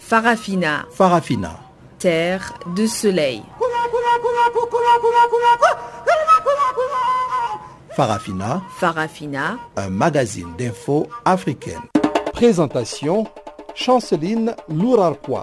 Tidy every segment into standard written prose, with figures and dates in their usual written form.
Farafina. Farafina. Terre de soleil. Farafina. Farafina. Un magazine d'infos africaine. Présentation, Chanceline Lourarquois.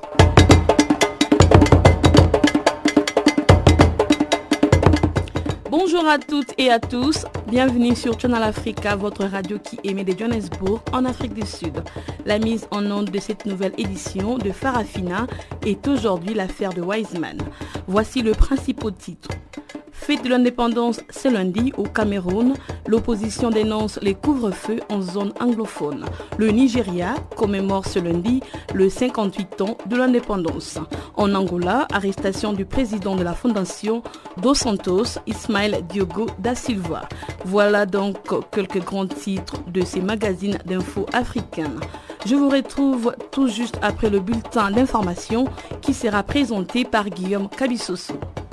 Bonjour à toutes et à tous, bienvenue sur Channel Africa, votre radio qui émet de Johannesburg en Afrique du Sud. La mise en onde de cette nouvelle édition de Farafina est aujourd'hui l'affaire de Wiseman. Voici le principal titre. Fête de l'indépendance ce lundi au Cameroun, l'opposition dénonce les couvre-feux en zone anglophone. Le Nigeria commémore ce lundi le 58 ans de l'indépendance. En Angola, arrestation du président de la fondation Dos Santos, Ismaël Diogo da Silva. Voilà donc quelques grands titres de ces magazines d'infos africaines. Je vous retrouve tout juste après le bulletin d'information qui sera présenté par Guillaume Kabissoso.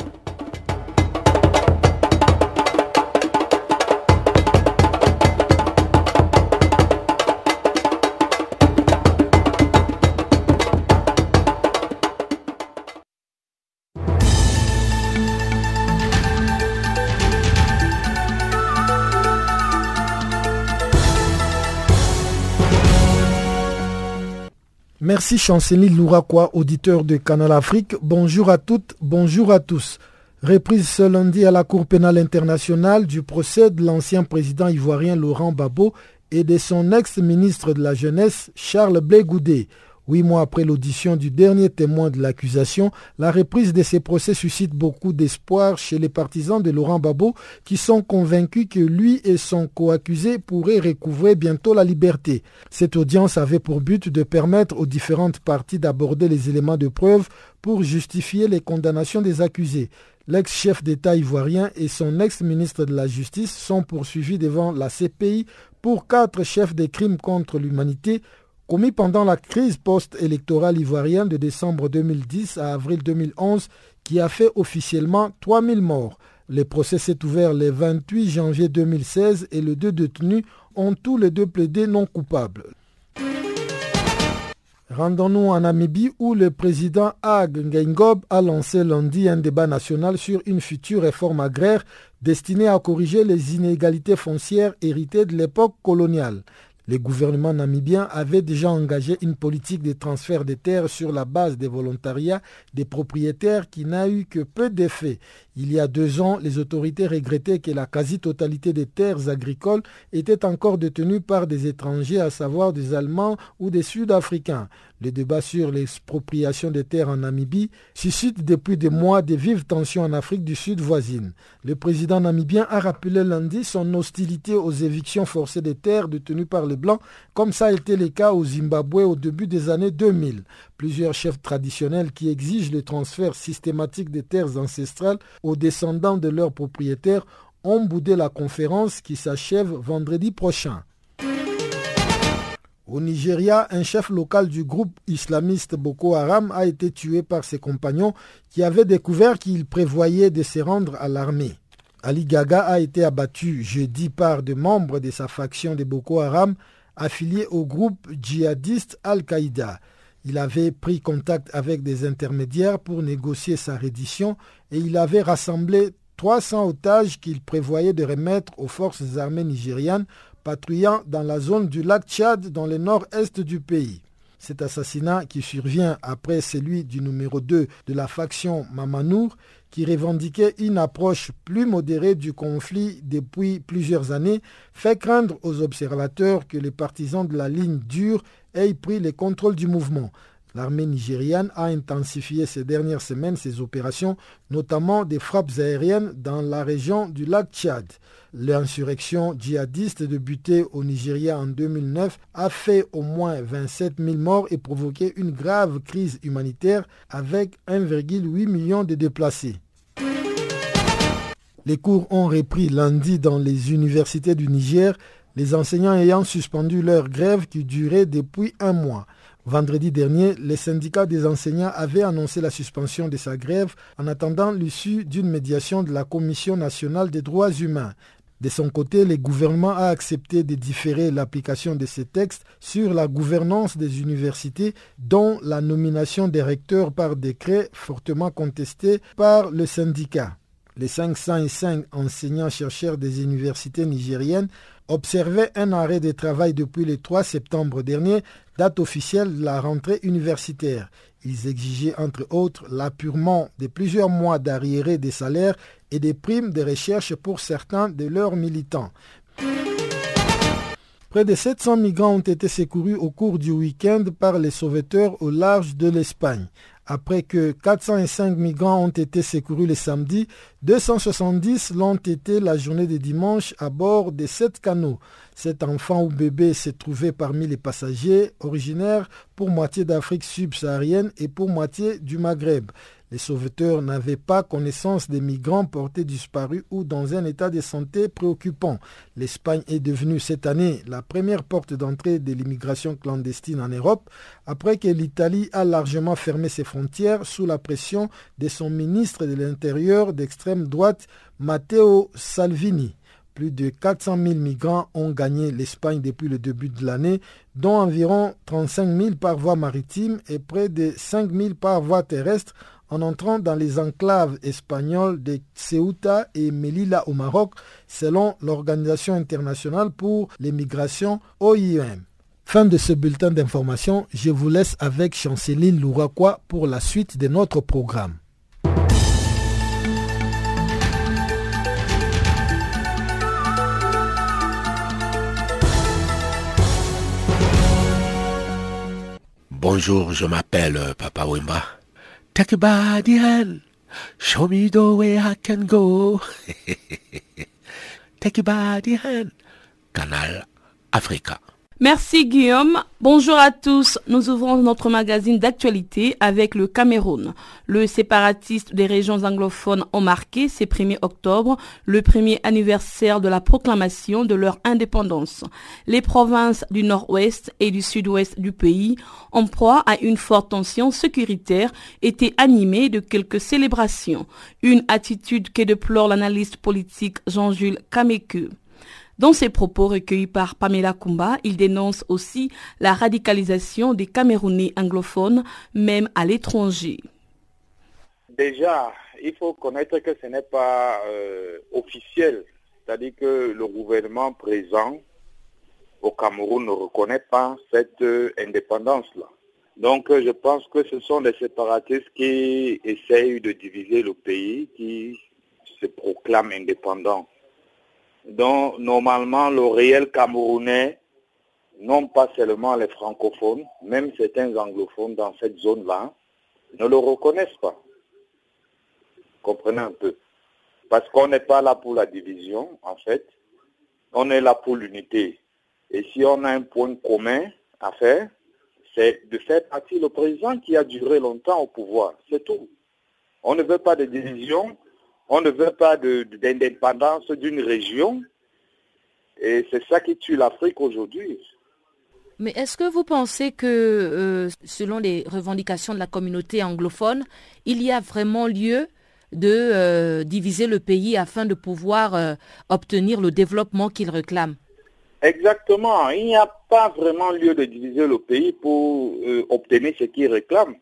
Merci Chanceline Lourarquois, auditeur de Canal Afrique. Bonjour à toutes, bonjour à tous. Reprise ce lundi à la Cour pénale internationale du procès de l'ancien président ivoirien Laurent Gbagbo et de son ex-ministre de la Jeunesse Charles Blé Goudé. 8 mois après l'audition du dernier témoin de l'accusation, la reprise de ces procès suscite beaucoup d'espoir chez les partisans de Laurent Gbagbo qui sont convaincus que lui et son co-accusé pourraient recouvrer bientôt la liberté. Cette audience avait pour but de permettre aux différentes parties d'aborder les éléments de preuve pour justifier les condamnations des accusés. L'ex-chef d'État ivoirien et son ex-ministre de la Justice sont poursuivis devant la CPI pour 4 chefs de crimes contre l'humanité commis pendant la crise post-électorale ivoirienne de décembre 2010 à avril 2011 qui a fait officiellement 3000 morts. Le procès s'est ouvert le 28 janvier 2016 et les 2 détenus ont tous les 2 plaidé non coupables. Rendons-nous en Namibie où le président Hage Geingob a lancé lundi un débat national sur une future réforme agraire destinée à corriger les inégalités foncières héritées de l'époque coloniale. Le gouvernement namibien avait déjà engagé une politique de transfert des terres sur la base des volontariats des propriétaires qui n'a eu que peu d'effet. Il y a 2 ans, les autorités regrettaient que la quasi-totalité des terres agricoles étaient encore détenues par des étrangers, à savoir des Allemands ou des Sud-Africains. Le débat sur l'expropriation des terres en Namibie suscite depuis des mois de vives tensions en Afrique du Sud voisine. Le président namibien a rappelé lundi son hostilité aux évictions forcées des terres détenues par les Blancs, comme ça a été le cas au Zimbabwe au début des années 2000. Plusieurs chefs traditionnels qui exigent le transfert systématique des terres ancestrales aux descendants de leurs propriétaires ont boudé la conférence qui s'achève vendredi prochain. Au Nigeria, un chef local du groupe islamiste Boko Haram a été tué par ses compagnons qui avaient découvert qu'il prévoyait de se rendre à l'armée. Ali Gaga a été abattu jeudi par des membres de sa faction de Boko Haram affiliés au groupe djihadiste Al-Qaïda. Il avait pris contact avec des intermédiaires pour négocier sa reddition et il avait rassemblé 300 otages qu'il prévoyait de remettre aux forces armées nigérianes patrouillant dans la zone du lac Tchad dans le nord-est du pays. Cet assassinat qui survient après celui du numéro 2 de la faction Mamanour qui revendiquait une approche plus modérée du conflit depuis plusieurs années fait craindre aux observateurs que les partisans de la ligne dure aient pris le contrôle du mouvement. L'armée nigériane a intensifié ces dernières semaines ses opérations, notamment des frappes aériennes dans la région du lac Tchad. L'insurrection djihadiste débutée au Nigeria en 2009 a fait au moins 27 000 morts et provoqué une grave crise humanitaire avec 1,8 million de déplacés. Les cours ont repris lundi dans les universités du Niger, les enseignants ayant suspendu leur grève qui durait depuis 1 mois. Vendredi dernier, les syndicats des enseignants avaient annoncé la suspension de sa grève en attendant l'issue d'une médiation de la Commission nationale des droits humains. De son côté, le gouvernement a accepté de différer l'application de ces textes sur la gouvernance des universités, dont la nomination des recteurs par décret fortement contestée par le syndicat. Les 505 enseignants-chercheurs des universités nigériennes observaient un arrêt de travail depuis le 3 septembre dernier, date officielle de la rentrée universitaire. Ils exigeaient entre autres l'appurement de plusieurs mois d'arriérés des salaires et des primes de recherche pour certains de leurs militants. Près de 700 migrants ont été secourus au cours du week-end par les sauveteurs au large de l'Espagne. Après que 405 migrants ont été secourus le samedi, 270 l'ont été la journée de dimanche à bord de 7 canots. 7 enfants ou bébés se trouvaient parmi les passagers, originaires pour moitié d'Afrique subsaharienne et pour moitié du Maghreb. Les sauveteurs n'avaient pas connaissance des migrants portés disparus ou dans un état de santé préoccupant. L'Espagne est devenue cette année la première porte d'entrée de l'immigration clandestine en Europe, après que l'Italie a largement fermé ses frontières sous la pression de son ministre de l'Intérieur d'extrême droite, Matteo Salvini. Plus de 400 000 migrants ont gagné l'Espagne depuis le début de l'année, dont environ 35 000 par voie maritime et près de 5 000 par voie terrestre, en entrant dans les enclaves espagnoles de Ceuta et Melilla au Maroc, selon l'Organisation internationale pour les migrations OIM. Fin de ce bulletin d'information, je vous laisse avec Chanceline Louraquois pour la suite de notre programme. Bonjour, je m'appelle Papa Wemba. Take a body hand, show me the way I can go. Take a body hand, Canal Africa. Merci Guillaume. Bonjour à tous. Nous ouvrons notre magazine d'actualité avec le Cameroun. Le séparatiste des régions anglophones ont marqué ce 1er octobre le premier anniversaire de la proclamation de leur indépendance. Les provinces du nord-ouest et du sud-ouest du pays, en proie à une forte tension sécuritaire, étaient animées de quelques célébrations. Une attitude que déplore l'analyste politique Jean-Jules Kameku. Dans ses propos recueillis par Pamela Kumba, il dénonce aussi la radicalisation des Camerounais anglophones, même à l'étranger. Déjà, il faut connaître que ce n'est pas officiel, c'est-à-dire que le gouvernement présent au Cameroun ne reconnaît pas cette indépendance-là. Donc je pense que ce sont les séparatistes qui essayent de diviser le pays, qui se proclament indépendants. Donc, normalement, le réel Camerounais, non pas seulement les francophones, même certains anglophones dans cette zone-là, ne le reconnaissent pas. Comprenez un peu. Parce qu'on n'est pas là pour la division, en fait. On est là pour l'unité. Et si on a un point commun à faire, c'est de faire partie le président qui a duré longtemps au pouvoir. C'est tout. On ne veut pas de division. On ne veut pas d'indépendance d'une région et c'est ça qui tue l'Afrique aujourd'hui. Mais est-ce que vous pensez que, selon les revendications de la communauté anglophone, il y a vraiment lieu de diviser le pays afin de pouvoir obtenir le développement qu'ils réclament? Exactement. Il n'y a pas vraiment lieu de diviser le pays pour obtenir ce qu'ils réclament.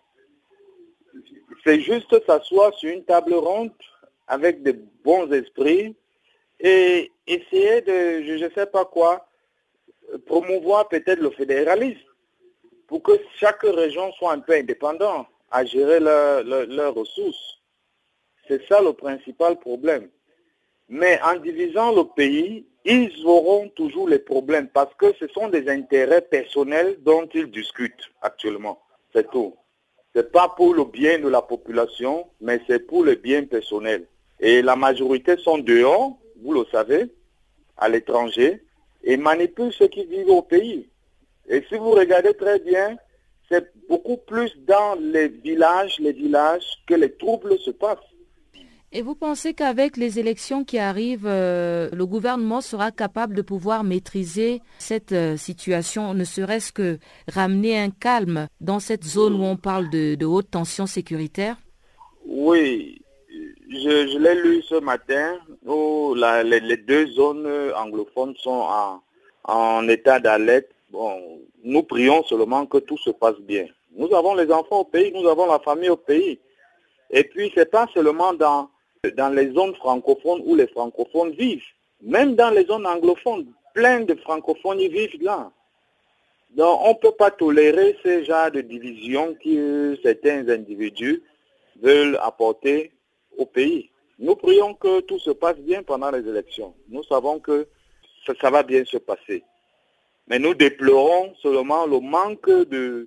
C'est juste s'asseoir sur une table ronde avec de bons esprits et essayer de, je ne sais pas quoi, promouvoir peut-être le fédéralisme pour que chaque région soit un peu indépendante à gérer leurs ressources. C'est ça le principal problème. Mais en divisant le pays, ils auront toujours les problèmes parce que ce sont des intérêts personnels dont ils discutent actuellement. C'est tout. C'est pas pour le bien de la population, mais c'est pour le bien personnel. Et la majorité sont dehors, vous le savez, à l'étranger, et manipulent ceux qui vivent au pays. Et si vous regardez très bien, c'est beaucoup plus dans les villages que les troubles se passent. Et vous pensez qu'avec les élections qui arrivent, le gouvernement sera capable de pouvoir maîtriser cette situation, ne serait-ce que ramener un calme dans cette zone où on parle de haute tension sécuritaire? Oui, je l'ai lu ce matin où les deux zones anglophones sont en état d'alerte. Bon, nous prions seulement que tout se passe bien. Nous avons les enfants au pays, nous avons la famille au pays. Et puis, c'est pas seulement dans les zones francophones où les francophones vivent. Même dans les zones anglophones, plein de francophones y vivent là. Donc, on ne peut pas tolérer ce genre de division que certains individus veulent apporter au pays. Nous prions que tout se passe bien pendant les élections. Nous savons que ça va bien se passer. Mais nous déplorons seulement le manque de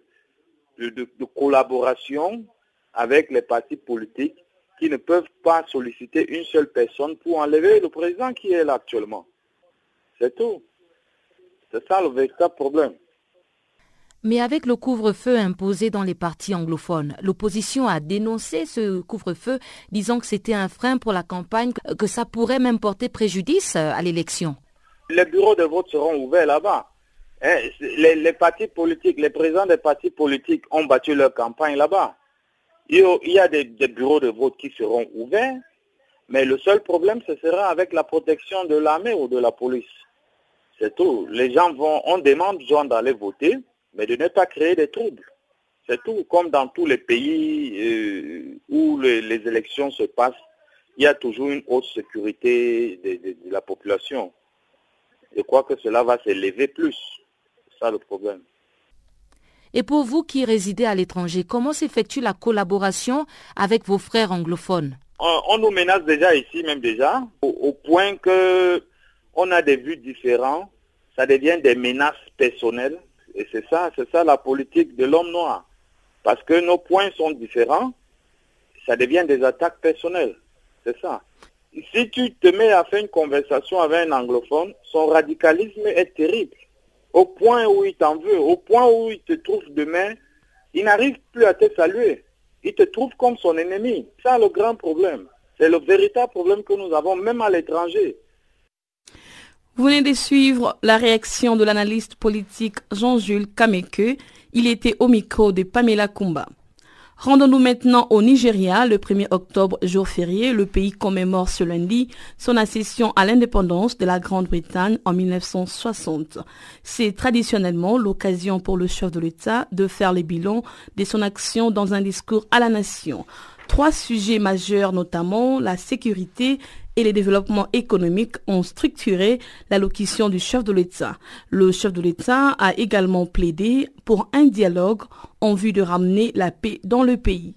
collaboration avec les partis politiques qui ne peuvent pas solliciter une seule personne pour enlever le président qui est là actuellement. C'est tout. C'est ça le véritable problème. Mais avec le couvre-feu imposé dans les partis anglophones, l'opposition a dénoncé ce couvre-feu, disant que c'était un frein pour la campagne, que ça pourrait même porter préjudice à l'élection. Les bureaux de vote seront ouverts là-bas. Les partis politiques, les présidents des partis politiques ont battu leur campagne là-bas. Il y a des bureaux de vote qui seront ouverts, mais le seul problème, ce sera avec la protection de l'armée ou de la police. C'est tout. Les gens on demande aux gens d'aller voter, mais de ne pas créer des troubles. C'est tout. Comme dans tous les pays où les élections se passent, il y a toujours une haute sécurité de la population. Je crois que cela va s'élever plus. C'est ça le problème. Et pour vous qui résidez à l'étranger, comment s'effectue la collaboration avec vos frères anglophones? On nous menace déjà ici, même déjà, au point que on a des vues différentes. Ça devient des menaces personnelles. Et c'est ça la politique de l'homme noir. Parce que nos points sont différents, ça devient des attaques personnelles. C'est ça. Si tu te mets à faire une conversation avec un anglophone, son radicalisme est terrible. Au point où il t'en veut, au point où il te trouve demain, il n'arrive plus à te saluer. Il te trouve comme son ennemi. C'est ça le grand problème. C'est le véritable problème que nous avons, même à l'étranger. Vous venez de suivre la réaction de l'analyste politique Jean-Jules Kameke. Il était au micro de Pamela Kumba. Rendons-nous maintenant au Nigeria. Le 1er octobre, jour férié, le pays commémore ce lundi son accession à l'indépendance de la Grande-Bretagne en 1960. C'est traditionnellement l'occasion pour le chef de l'État de faire le bilan de son action dans un discours à la nation. 3 sujets majeurs, notamment la sécurité et les développements économiques, ont structuré l'allocution du chef de l'État. Le chef de l'État a également plaidé pour un dialogue en vue de ramener la paix dans le pays.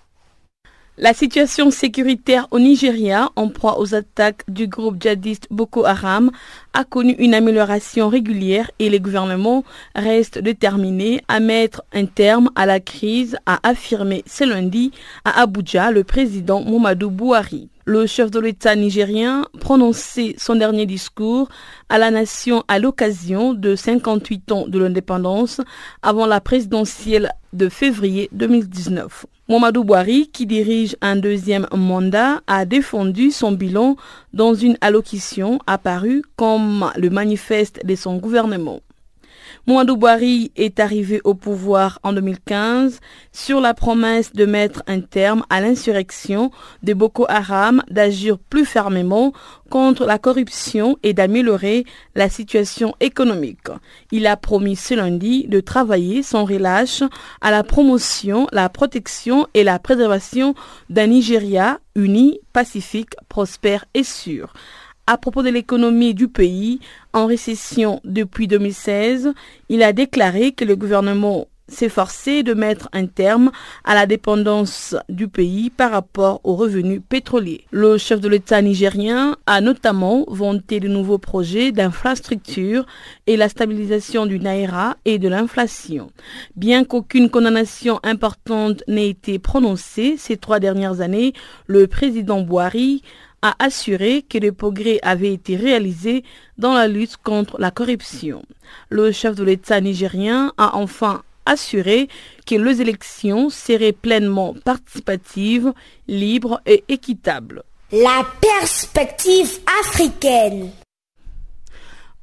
La situation sécuritaire au Nigeria, en proie aux attaques du groupe djihadiste Boko Haram, a connu une amélioration régulière et les gouvernements restent déterminés à mettre un terme à la crise, a affirmé ce lundi à Abuja le président Muhammadu Buhari. Le chef de l'État nigérien prononçait son dernier discours à la nation à l'occasion de 58 ans de l'indépendance avant la présidentielle de février 2019. Muhammadu Buhari, qui dirige un 2e mandat, a défendu son bilan dans une allocution apparue comme le manifeste de son gouvernement. Muhammadu Buhari est arrivé au pouvoir en 2015 sur la promesse de mettre un terme à l'insurrection de Boko Haram, d'agir plus fermement contre la corruption et d'améliorer la situation économique. Il a promis ce lundi de travailler sans relâche à la promotion, la protection et la préservation d'un Nigeria uni, pacifique, prospère et sûr. À propos de l'économie du pays, en récession depuis 2016, il a déclaré que le gouvernement s'efforçait de mettre un terme à la dépendance du pays par rapport aux revenus pétroliers. Le chef de l'État nigérien a notamment vanté de nouveaux projets d'infrastructure et la stabilisation du naira et de l'inflation. Bien qu'aucune condamnation importante n'ait été prononcée ces 3 dernières années, le président Buhari a assuré que des progrès avaient été réalisés dans la lutte contre la corruption. Le chef de l'État nigérien a enfin assuré que les élections seraient pleinement participatives, libres et équitables. La perspective africaine.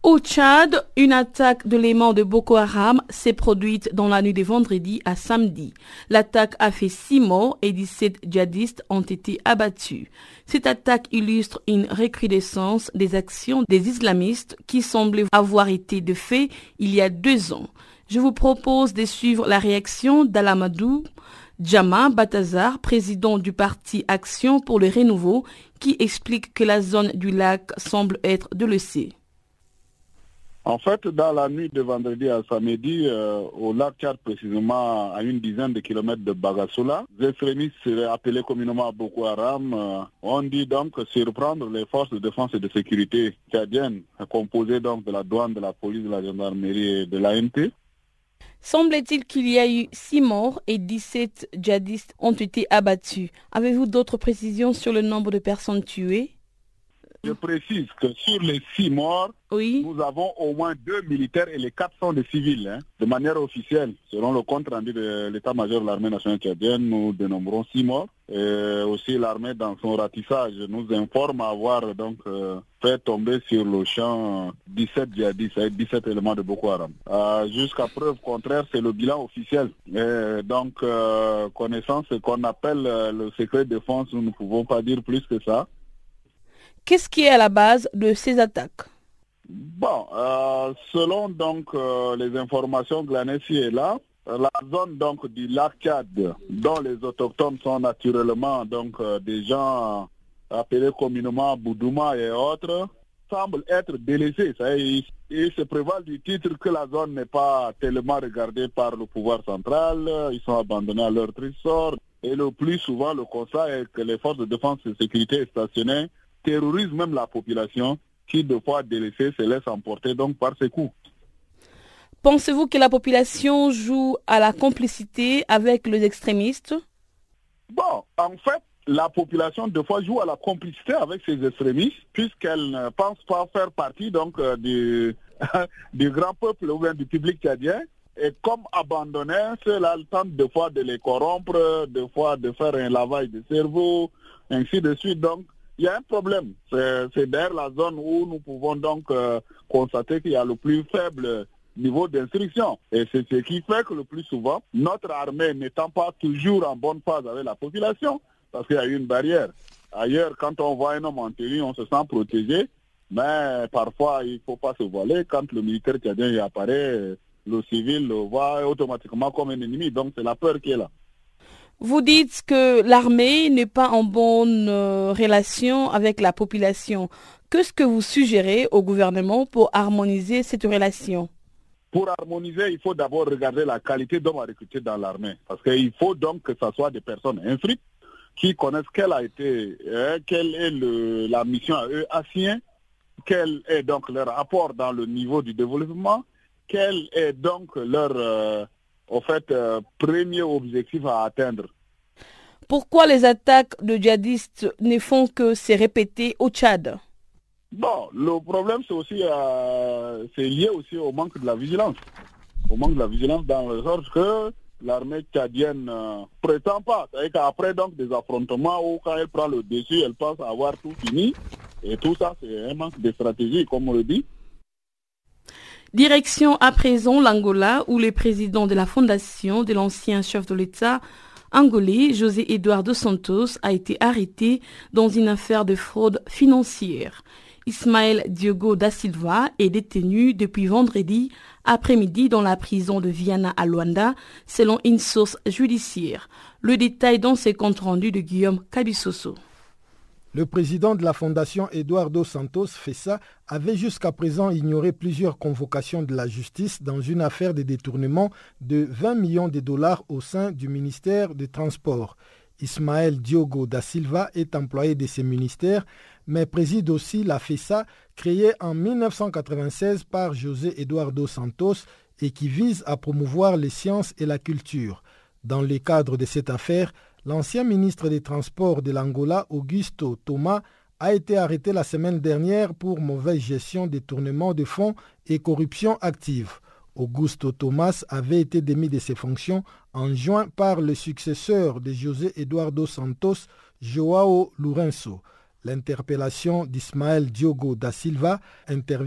Au Tchad, une attaque de l'élément de Boko Haram s'est produite dans la nuit de vendredi à samedi. L'attaque a fait 6 morts et 17 djihadistes ont été abattus. Cette attaque illustre une recrudescence des actions des islamistes qui semblaient avoir été de fait il y a 2 ans. Je vous propose de suivre la réaction d'Alamadou Djama Batazar, président du parti Action pour le Renouveau, qui explique que la zone du lac semble être délaissée. En fait, dans la nuit de vendredi à samedi, au lac Tchad, précisément à une dizaine de kilomètres de Bagassoula, les extrémistes appelés communément Boko Haram ont dit donc surprendre les forces de défense et de sécurité tchadiennes, composées donc de la douane, de la police, de la gendarmerie et de l'ANT. Semble-t-il qu'il y a eu 6 morts et 17 djihadistes ont été abattus. Avez-vous d'autres précisions sur le nombre de personnes tuées? Je précise que sur les 6 morts, oui, nous avons au moins 2 militaires et les 400 des civils. De manière officielle, selon le compte rendu de l'état-major de l'armée nationale tchadienne, nous dénombrons 6 morts. Et aussi l'armée, dans son ratissage, nous informe avoir donc fait tomber sur le champ 17 djihadistes avec 17 éléments de Boko Haram. Jusqu'à preuve contraire, c'est le bilan officiel. Et donc, connaissant ce qu'on appelle le secret de défense, nous ne pouvons pas dire plus que ça. Qu'est-ce qui est à la base de ces attaques? Bon, selon donc les informations glanées ci et là, la zone donc du lac Tchad, dont les autochtones sont naturellement donc des gens appelés communément Boudouma et autres, semble être délaissée. Ils se prévalent du titre que la zone n'est pas tellement regardée par le pouvoir central, ils sont abandonnés à leur triste sort. Et le plus souvent, le constat est que les forces de défense et de sécurité stationnées terrorisent même la population qui, de fois délaissée, se laisse emporter donc par ces coups. Pensez-vous que la population joue à la complicité avec les extrémistes? Bon, en fait, la population, de fois, joue à la complicité avec ces extrémistes, puisqu'elle ne pense pas faire partie donc du grand peuple ou bien du public tchadien. Et comme abandonnés, ceux-là tentent de fois de les corrompre, de fois de faire un lavage de cerveau, ainsi de suite. Donc, il y a un problème. C'est d'ailleurs la zone où nous pouvons donc constater qu'il y a le plus faible niveau d'instruction. Et c'est ce qui fait que le plus souvent, notre armée n'étant pas toujours en bonne phase avec la population, parce qu'il y a une barrière. Ailleurs, quand on voit un homme en tenue, on se sent protégé, mais parfois, il ne faut pas se voiler. Quand le militaire tchadien y apparaît, le civil le voit automatiquement comme un ennemi. Donc, c'est la peur qui est là. Vous dites que l'armée n'est pas en bonne relation avec la population. Qu'est-ce que vous suggérez au gouvernement pour harmoniser cette relation? Pour harmoniser, il faut d'abord regarder la qualité d'hommes à recruter dans l'armée. Parce qu'il faut donc que ce soit des personnes instruites qui connaissent quelle est la mission à eux assignée, quel est donc leur apport dans le niveau du développement, quel est donc leur premier objectif à atteindre. Pourquoi les attaques de djihadistes ne font que se répéter au Tchad? Bon, le problème c'est lié aussi au manque de la vigilance. Au manque de la vigilance dans le sens que l'armée tchadienne prétend pas. C'est-à-dire qu'après donc des affrontements où quand elle prend le dessus, elle pense avoir tout fini. Et tout ça, c'est un manque de stratégie, comme on le dit. Direction à présent l'Angola, où le président de la fondation de l'ancien chef de l'État angolais, José Eduardo Santos, a été arrêté dans une affaire de fraude financière. Ismael Diogo da Silva est détenu depuis vendredi après-midi dans la prison de Viana à Luanda, selon une source judiciaire. Le détail dans ses comptes rendus de Guillaume Kabissoso. Le président de la fondation Eduardo Santos Fessa avait jusqu'à présent ignoré plusieurs convocations de la justice dans une affaire de détournement de 20 millions de dollars au sein du ministère des Transports. Ismael Diogo da Silva est employé de ce ministère, mais préside aussi la Fessa, créée en 1996 par José Eduardo Santos et qui vise à promouvoir les sciences et la culture. Dans le cadre de cette affaire, l'ancien ministre des Transports de l'Angola, Augusto Thomas, a été arrêté la semaine dernière pour mauvaise gestion, détournement de fonds et corruption active. Augusto Thomas avait été démis de ses fonctions en juin par le successeur de José Eduardo Santos, João Lourenço. L'interpellation d'Ismael Diogo da Silva intervient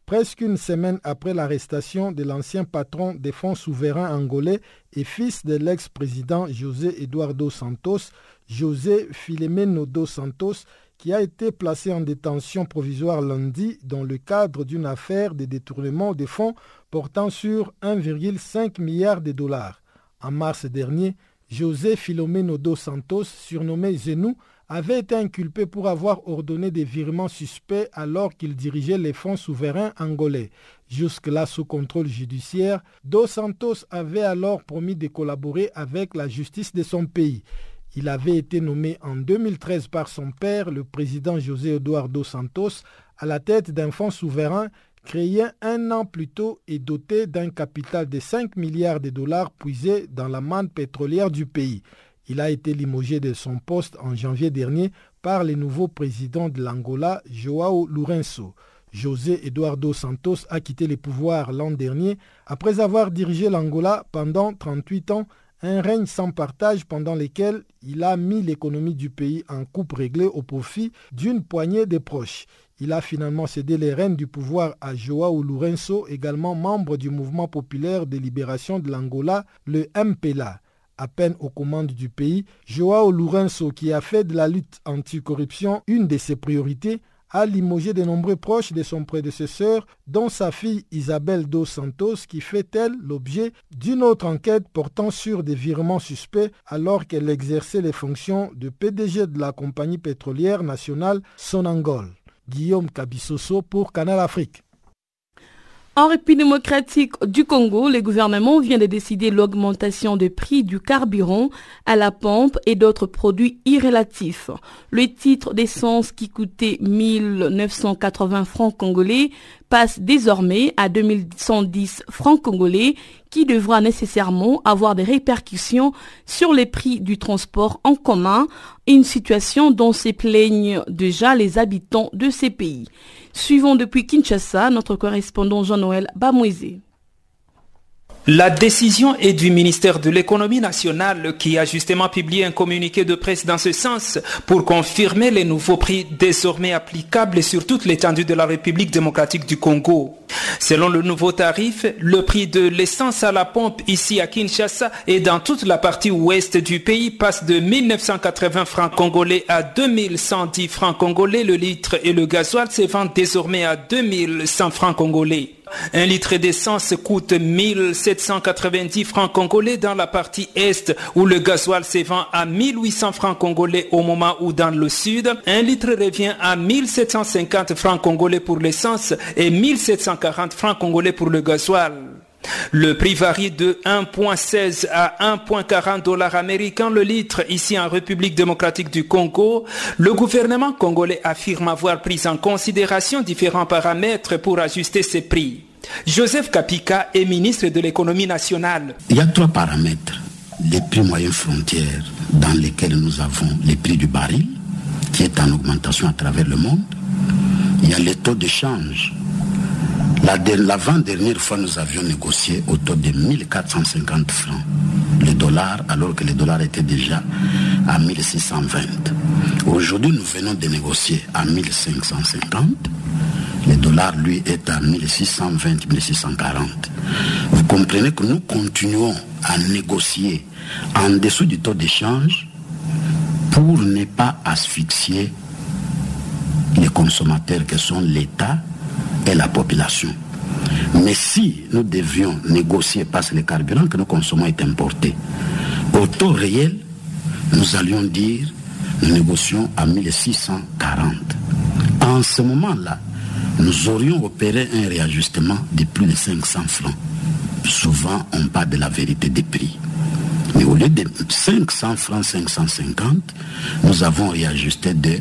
presque une semaine après l'arrestation de l'ancien patron des fonds souverains angolais et fils de l'ex-président José Eduardo Santos, José Filomeno dos Santos, qui a été placé en détention provisoire lundi dans le cadre d'une affaire de détournement de fonds portant sur 1,5 milliard de dollars. En mars dernier, José Filomeno dos Santos, surnommé Zenou, avait été inculpé pour avoir ordonné des virements suspects alors qu'il dirigeait les fonds souverains angolais. Jusque-là sous contrôle judiciaire, dos Santos avait alors promis de collaborer avec la justice de son pays. Il avait été nommé en 2013 par son père, le président José Eduardo Santos, à la tête d'un fonds souverain créé un an plus tôt et doté d'un capital de 5 milliards de dollars puisés dans la manne pétrolière du pays. Il a été limogé de son poste en janvier dernier par le nouveau président de l'Angola, João Lourenço. José Eduardo Santos a quitté le pouvoir l'an dernier après avoir dirigé l'Angola pendant 38 ans, un règne sans partage pendant lequel il a mis l'économie du pays en coupe réglée au profit d'une poignée de proches. Il a finalement cédé les rênes du pouvoir à João Lourenço, également membre du mouvement populaire de libération de l'Angola, le MPLA. À peine aux commandes du pays, João Lourenço, qui a fait de la lutte anticorruption une de ses priorités, a limogé de nombreux proches de son prédécesseur, dont sa fille Isabel dos Santos, qui fait, elle, l'objet d'une autre enquête portant sur des virements suspects alors qu'elle exerçait les fonctions de PDG de la compagnie pétrolière nationale Sonangol. Guillaume Kabissoso pour Canal Afrique. En République démocratique du Congo, le gouvernement vient de décider l'augmentation des prix du carburant à la pompe et d'autres produits irrélatifs. Le titre d'essence qui coûtait 1980 francs congolais passe désormais à 2110 francs congolais, qui devra nécessairement avoir des répercussions sur les prix du transport en commun, une situation dont se plaignent déjà les habitants de ces pays. Suivons depuis Kinshasa notre correspondant Jean-Noël Bamouizé. La décision est du ministère de l'économie nationale qui a justement publié un communiqué de presse dans ce sens pour confirmer les nouveaux prix désormais applicables sur toute l'étendue de la République démocratique du Congo. Selon le nouveau tarif, le prix de l'essence à la pompe ici à Kinshasa et dans toute la partie ouest du pays passe de 1980 francs congolais à 2110 francs congolais le litre et le gasoil se vend désormais à 2100 francs congolais. Un litre d'essence coûte 1790 francs congolais dans la partie est où le gasoil se vend à 1800 francs congolais au moment où dans le sud, un litre revient à 1750 francs congolais pour l'essence et 1740 francs congolais pour le gasoil. Le prix varie de 1,16 à 1,40 dollars américains le litre ici en République démocratique du Congo. Le gouvernement congolais affirme avoir pris en considération différents paramètres pour ajuster ces prix. Joseph Kapika est ministre de l'économie nationale. Il y a 3 paramètres. Les prix moyens frontières dans lesquels nous avons les prix du baril qui est en augmentation à travers le monde. Il y a les taux de change. L'avant-dernière fois, nous avions négocié autour de 1450 francs le dollar, alors que le dollar était déjà à 1620. Aujourd'hui, nous venons de négocier à 1550. Le dollar, lui, est à 1620, 1640. Vous comprenez que nous continuons à négocier en dessous du taux d'échange pour ne pas asphyxier les consommateurs que sont l'État et la population. Mais si nous devions négocier parce que le carburant que nous consommons est importé, au taux réel, nous allions dire, nous négocions à 1640. En ce moment-là, nous aurions opéré un réajustement de plus de 500 francs. Souvent, on parle de la vérité des prix. Mais au lieu de 500 francs, 550, nous avons réajusté de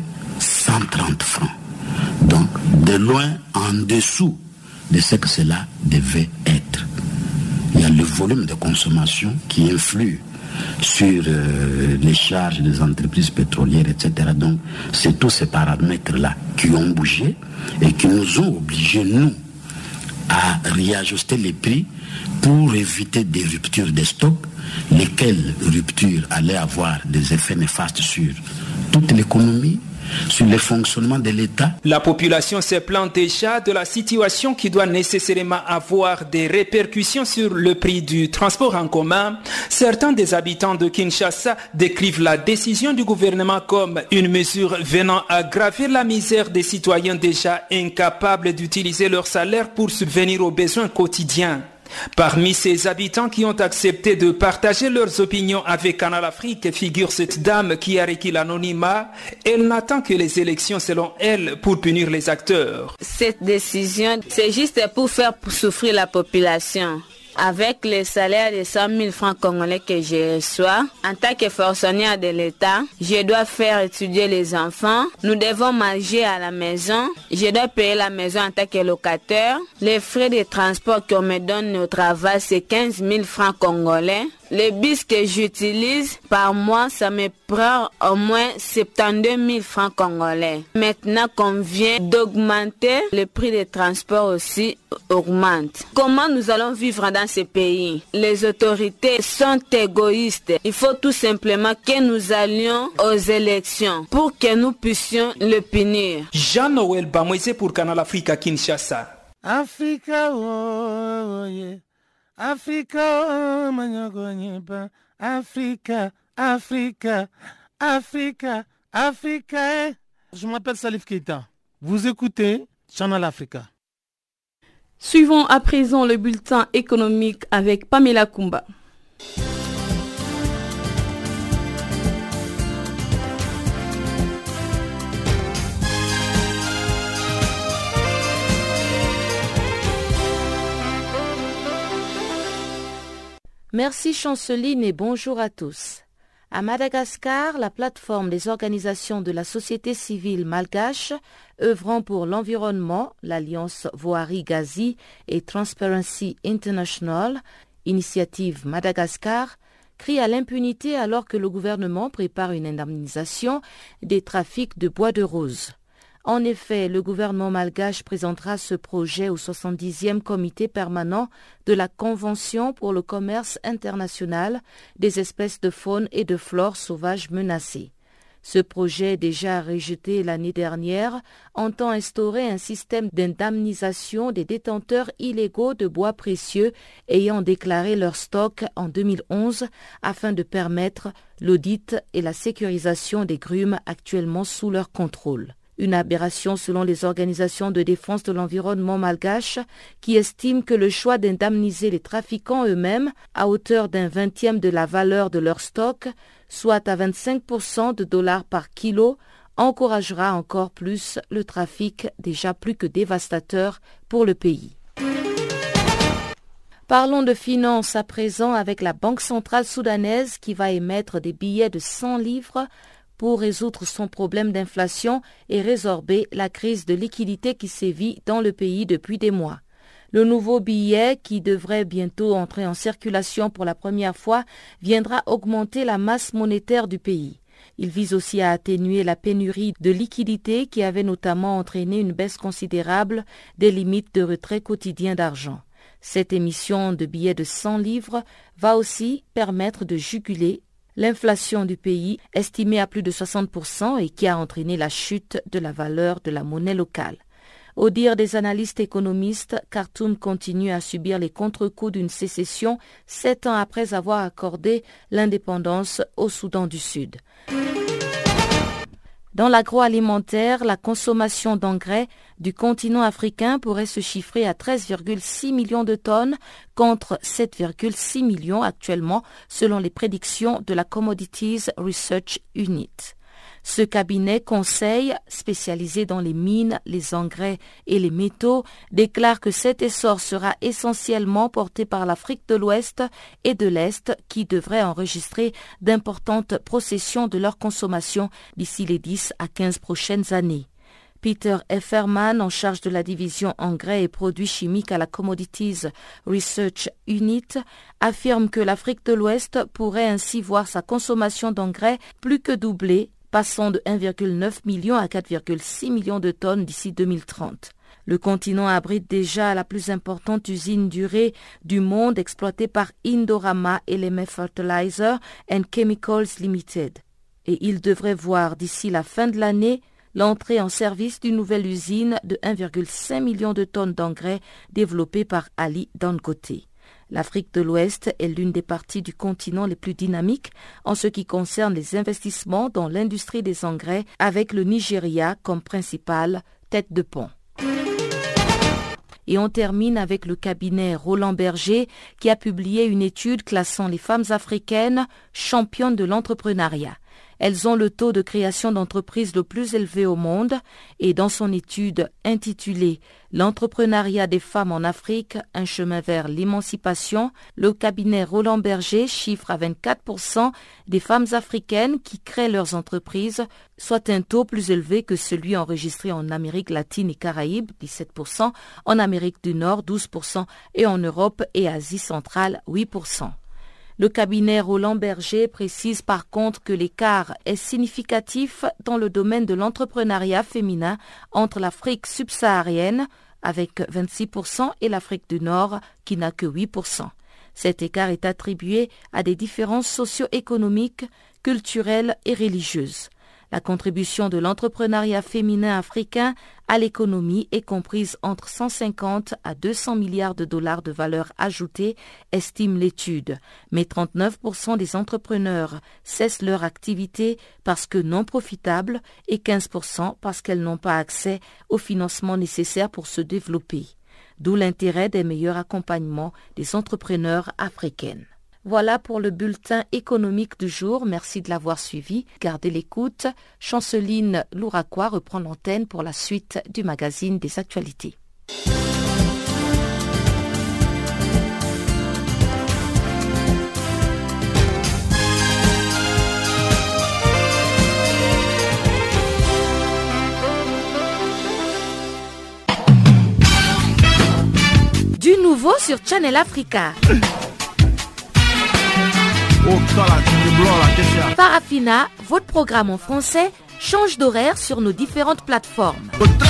130 francs. Donc, de loin en dessous de ce que cela devait être. Il y a le volume de consommation qui influe sur les charges des entreprises pétrolières, etc. Donc, c'est tous ces paramètres-là qui ont bougé et qui nous ont obligés, nous, à réajuster les prix pour éviter des ruptures de stock, lesquelles ruptures allaient avoir des effets néfastes sur toute l'économie, sur le fonctionnement de l'État. La population se plaint déjà de la situation qui doit nécessairement avoir des répercussions sur le prix du transport en commun. Certains des habitants de Kinshasa décrivent la décision du gouvernement comme une mesure venant aggraver la misère des citoyens déjà incapables d'utiliser leur salaire pour subvenir aux besoins quotidiens. Parmi ces habitants qui ont accepté de partager leurs opinions avec Canal Afrique figure cette dame qui a requis l'anonymat. Elle n'attend que les élections selon elle pour punir les acteurs. Cette décision, c'est juste pour faire souffrir la population. Avec le salaire de 100 000 francs congolais que je reçois, en tant que fonctionnaire de l'État, je dois faire étudier les enfants. Nous devons manger à la maison. Je dois payer la maison en tant que locataire. Les frais de transport qu'on me donne au travail, c'est 15 000 francs congolais. Les bus que j'utilise par mois, ça me prend au moins 72 000 francs congolais. Maintenant qu'on vient d'augmenter, le prix des transports aussi augmente. Comment nous allons vivre dans ce pays? Les autorités sont égoïstes. Il faut tout simplement que nous allions aux élections pour que nous puissions le punir. Jean-Noël Bamweze pour Canal Afrique à Kinshasa. Africa, oh, yeah. Africa, Manyagonyepa, Africa, Africa, Africa, Africa. Je m'appelle Salif Keita. Vous écoutez Channel Africa. Suivons à présent le bulletin économique avec Pamela Kumba. Merci Chanceline et bonjour à tous. À Madagascar, la plateforme des organisations de la société civile malgache œuvrant pour l'environnement, l'Alliance Vohari Gazi et Transparency International, Initiative Madagascar, crie à l'impunité alors que le gouvernement prépare une indemnisation des trafics de bois de rose. En effet, le gouvernement malgache présentera ce projet au 70e comité permanent de la Convention pour le commerce international des espèces de faune et de flore sauvages menacées. Ce projet, déjà rejeté l'année dernière, entend instaurer un système d'indemnisation des détenteurs illégaux de bois précieux ayant déclaré leur stock en 2011 afin de permettre l'audit et la sécurisation des grumes actuellement sous leur contrôle. Une aberration selon les organisations de défense de l'environnement malgache qui estiment que le choix d'indemniser les trafiquants eux-mêmes à hauteur d'un 20e de la valeur de leur stock, soit à 25% de dollars par kilo, encouragera encore plus le trafic déjà plus que dévastateur pour le pays. Parlons de finances à présent avec la Banque centrale soudanaise qui va émettre des billets de 100 livres pour résoudre son problème d'inflation et résorber la crise de liquidité qui sévit dans le pays depuis des mois. Le nouveau billet, qui devrait bientôt entrer en circulation pour la première fois, viendra augmenter la masse monétaire du pays. Il vise aussi à atténuer la pénurie de liquidité qui avait notamment entraîné une baisse considérable des limites de retrait quotidien d'argent. Cette émission de billets de 100 livres va aussi permettre de juguler l'inflation du pays, estimée à plus de 60% et qui a entraîné la chute de la valeur de la monnaie locale. Au dire des analystes économistes, Khartoum continue à subir les contre-coups d'une sécession 7 ans après avoir accordé l'indépendance au Soudan du Sud. Dans l'agroalimentaire, la consommation d'engrais du continent africain pourrait se chiffrer à 13,6 millions de tonnes contre 7,6 millions actuellement selon les prédictions de la Commodities Research Unit. Ce cabinet conseil, spécialisé dans les mines, les engrais et les métaux, déclare que cet essor sera essentiellement porté par l'Afrique de l'Ouest et de l'Est qui devraient enregistrer d'importantes processions de leur consommation d'ici les 10 à 15 prochaines années. Peter Efferman, en charge de la division engrais et produits chimiques à la Commodities Research Unit, affirme que l'Afrique de l'Ouest pourrait ainsi voir sa consommation d'engrais plus que doubler, passant de 1,9 million à 4,6 millions de tonnes d'ici 2030. Le continent abrite déjà la plus importante usine d'urée du monde exploitée par Indorama Element Fertilizer and Chemicals Limited. Et il devrait voir d'ici la fin de l'année l'entrée en service d'une nouvelle usine de 1,5 million de tonnes d'engrais développée par Ali Dangote. L'Afrique de l'Ouest est l'une des parties du continent les plus dynamiques en ce qui concerne les investissements dans l'industrie des engrais, avec le Nigeria comme principale tête de pont. Et on termine avec le cabinet Roland Berger qui a publié une étude classant les femmes africaines championnes de l'entrepreneuriat. Elles ont le taux de création d'entreprises le plus élevé au monde et dans son étude intitulée « L'entrepreneuriat des femmes en Afrique, un chemin vers l'émancipation », le cabinet Roland Berger chiffre à 24% des femmes africaines qui créent leurs entreprises, soit un taux plus élevé que celui enregistré en Amérique latine et Caraïbes, 17%, en Amérique du Nord, 12%, et en Europe et Asie centrale, 8%. Le cabinet Roland Berger précise par contre que l'écart est significatif dans le domaine de l'entrepreneuriat féminin entre l'Afrique subsaharienne, avec 26%, et l'Afrique du Nord, qui n'a que 8%. Cet écart est attribué à des différences socio-économiques, culturelles et religieuses. La contribution de l'entrepreneuriat féminin africain à l'économie est comprise entre 150 à 200 milliards de dollars de valeur ajoutée, estime l'étude. Mais 39% des entrepreneurs cessent leur activité parce que non profitables et 15% parce qu'elles n'ont pas accès au financement nécessaire pour se développer. D'où l'intérêt des meilleurs accompagnements des entrepreneurs africaines. Voilà pour le bulletin économique du jour. Merci de l'avoir suivi. Gardez l'écoute. Chanceline Louraquois reprend l'antenne pour la suite du magazine des actualités. Du nouveau sur Channel Africa. Farafina, votre programme en français, change d'horaire sur nos différentes plateformes.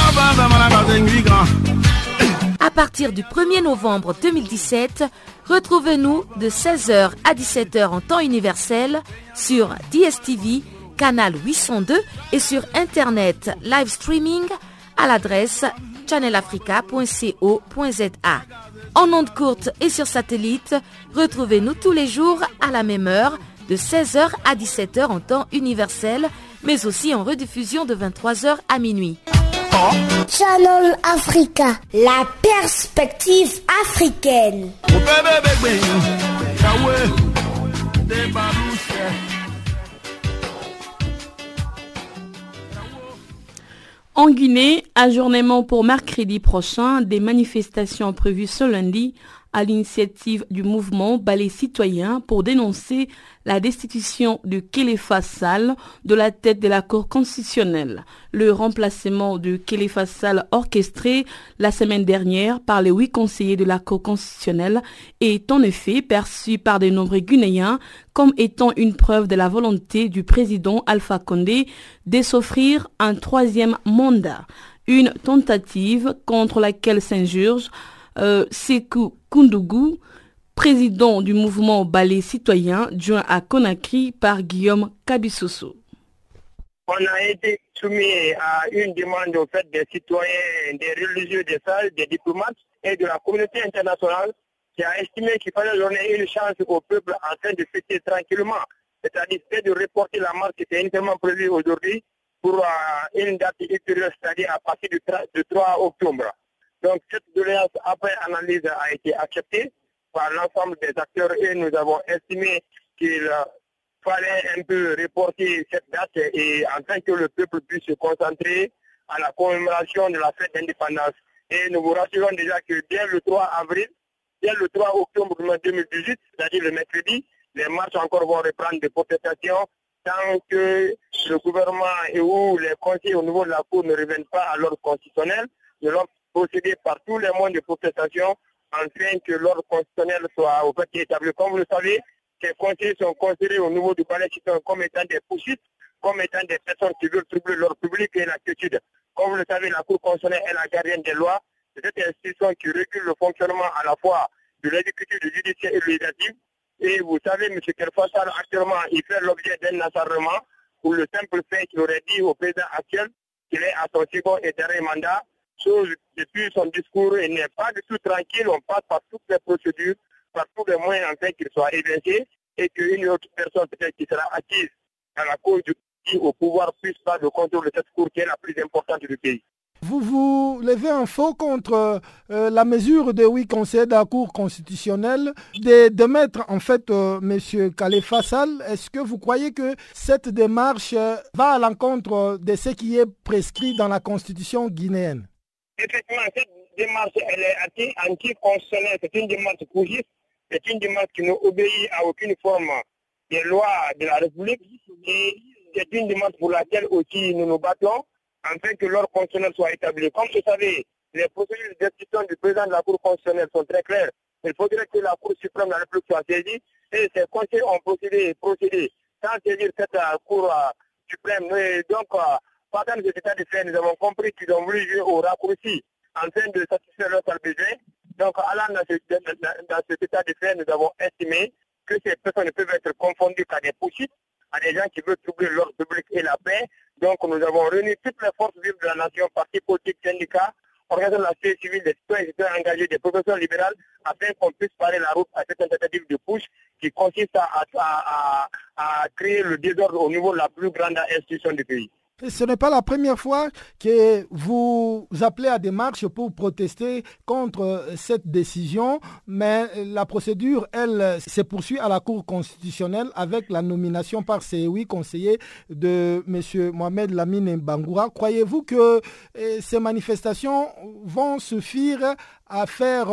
À partir du 1er novembre 2017, retrouvez-nous de 16h à 17h en temps universel sur DSTV, canal 802 et sur Internet live streaming à l'adresse channelafrica.co.za. En ondes courtes et sur satellite, retrouvez-nous tous les jours à la même heure, de 16h à 17h en temps universel, mais aussi en rediffusion de 23h à minuit. Channel Africa, la perspective africaine. En Guinée, ajournement pour mercredi prochain, des manifestations prévues ce lundi à l'initiative du mouvement Balai Citoyen pour dénoncer la destitution de Kéléfa Sall de la tête de la Cour constitutionnelle. Le remplacement de Kéléfa Sall orchestré la semaine dernière par les 8 conseillers de la Cour constitutionnelle est en effet perçu par de nombreux Guinéens comme étant une preuve de la volonté du président Alpha Condé de s'offrir un 3e mandat. Une tentative contre laquelle s'insurge Sékou Koundougou, président du mouvement Balai Citoyen, joint à Conakry par Guillaume Kabissoso. On a été soumis à une demande au fait des citoyens, des religieux, des sages, des diplomates et de la communauté internationale qui a estimé qu'il fallait donner une chance au peuple afin de fêter tranquillement, c'est-à-dire de reporter la marche qui était initialement prévue aujourd'hui pour une date ultérieure, c'est-à-dire à partir du 3 octobre. Donc cette doléance, après analyse, a été acceptée par l'ensemble des acteurs et nous avons estimé qu'il fallait un peu reporter cette date et afin que le peuple puisse se concentrer à la commémoration de la fête d'indépendance. Et nous vous rassurons déjà que dès le 3 avril, dès le 3 octobre 2018, c'est-à-dire le mercredi, les marches encore vont reprendre des protestations tant que le gouvernement et ou les conseillers au niveau de la Cour ne reviennent pas à l'ordre constitutionnel. Nous allons procéder par tous les moyens de protestation afin que l'ordre constitutionnel soit au fait établi. Comme vous le savez, ces conseillers sont considérés au niveau du palais citoyen comme étant des poursuites, comme étant des personnes qui veulent troubler l'ordre public et la quiétude. Comme vous le savez, la Cour constitutionnelle est la gardienne des lois. C'est cette institution qui régule le fonctionnement à la fois de l'exécutif, du judiciaire et du législatif. Et vous savez, M. Kéléfa Sall, actuellement, il fait l'objet d'un acharnement pour le simple fait qu'il aurait dit au président actuel qu'il est à son second et dernier mandat. Chose, depuis son discours, il n'est pas du tout tranquille. On passe par toutes les procédures, par tous les moyens en fait qu'il soit évincé et qu'une autre personne peut-être qui sera acquise à la cause du pays au pouvoir puisse pas le contrôle de cette cour qui est la plus importante du pays. Vous levez un faux contre la mesure de 8 conseillers de la Cour constitutionnelle de mettre en fait M. Khalifa Sall. Est-ce que vous croyez que cette démarche va à l'encontre de ce qui est prescrit dans la constitution guinéenne? Effectivement, cette démarche, elle est anti-constitutionnelle. C'est une démarche cougiste. C'est une démarche qui n'obéit à aucune forme des lois de la République. Et c'est une démarche pour laquelle aussi nous nous battons, afin que l'ordre constitutionnel soit établi. Comme vous savez, les procédures de décision du président de la Cour constitutionnelle sont très claires. Il faudrait que la Cour suprême de la République soit saisie et ces conseillers ont procédé sans saisir cette Cour suprême. Et donc, pendant cet état de fait, nous avons compris qu'ils ont voulu jouer au raccourci afin de satisfaire leurs besoins. Donc, allant dans cet état de fait, nous avons estimé que ces personnes ne peuvent être confondues qu'à des poursuites, à des gens qui veulent troubler l'ordre public et la paix. Donc nous avons réuni toutes les forces vives de la nation, partis politiques, syndicats, organisations de la société civile, des citoyens engagés, des professeurs libérales, afin qu'on puisse parer la route à cette tentative de push qui consiste à créer le désordre au niveau de la plus grande institution du pays. Ce n'est pas la première fois que vous appelez à des marches pour protester contre cette décision, mais la procédure, elle, se poursuit à la Cour constitutionnelle avec la nomination par ces 8 conseillers de M. Mohamed Lamine Bangoura. Croyez-vous que ces manifestations vont suffire à faire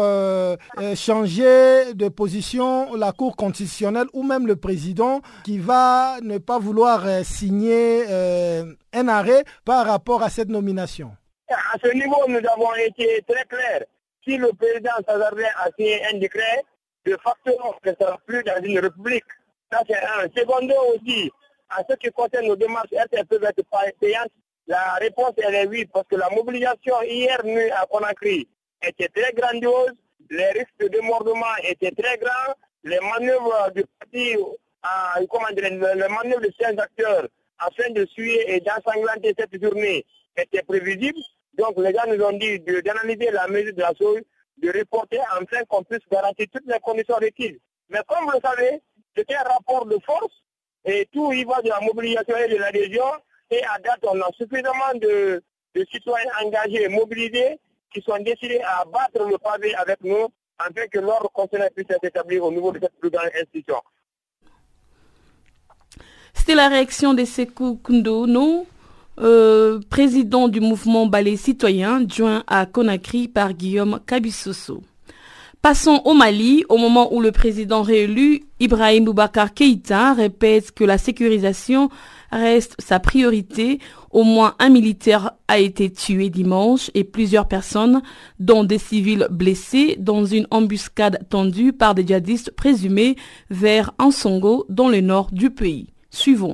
changer de position la Cour constitutionnelle ou même le président qui va ne pas vouloir signer un arrêt par rapport à cette nomination? À ce niveau, nous avons été très clairs. Si le président s'hasardait à signer un décret, de facto, on ne sera plus dans une république. Ça, c'est un. Secondo aussi, en ce qui concerne nos démarches, elles peuvent être payantes. La réponse, elle est oui, parce que la mobilisation hier nuit à Conakry était très grandiose, les risques de démordement étaient très grands, les manœuvres du parti, les manœuvres de ces acteurs afin de suivre et d'ensanglanter cette journée étaient prévisibles. Donc les gens nous ont dit d'analyser la mesure de la chose, de reporter afin qu'on puisse garantir toutes les conditions requises. Mais comme vous le savez, c'était un rapport de force et tout y va de la mobilisation et de l'adhésion. Et à date, on a suffisamment de citoyens engagés et mobilisés qui sont décidés à battre le pavé avec nous afin que l'ordre constitutionnel puisse être établi au niveau de cette plus grande institution. C'était la réaction de Sékou Koundono, président du mouvement Balai Citoyen, joint à Conakry par Guillaume Kabissoso. Passons au Mali, au moment où le président réélu, Ibrahim Boubacar Keïta, répète que la sécurisation reste sa priorité. Au moins un militaire a été tué dimanche et plusieurs personnes, dont des civils blessés, dans une embuscade tendue par des djihadistes présumés vers Ansongo, dans le nord du pays. Suivons.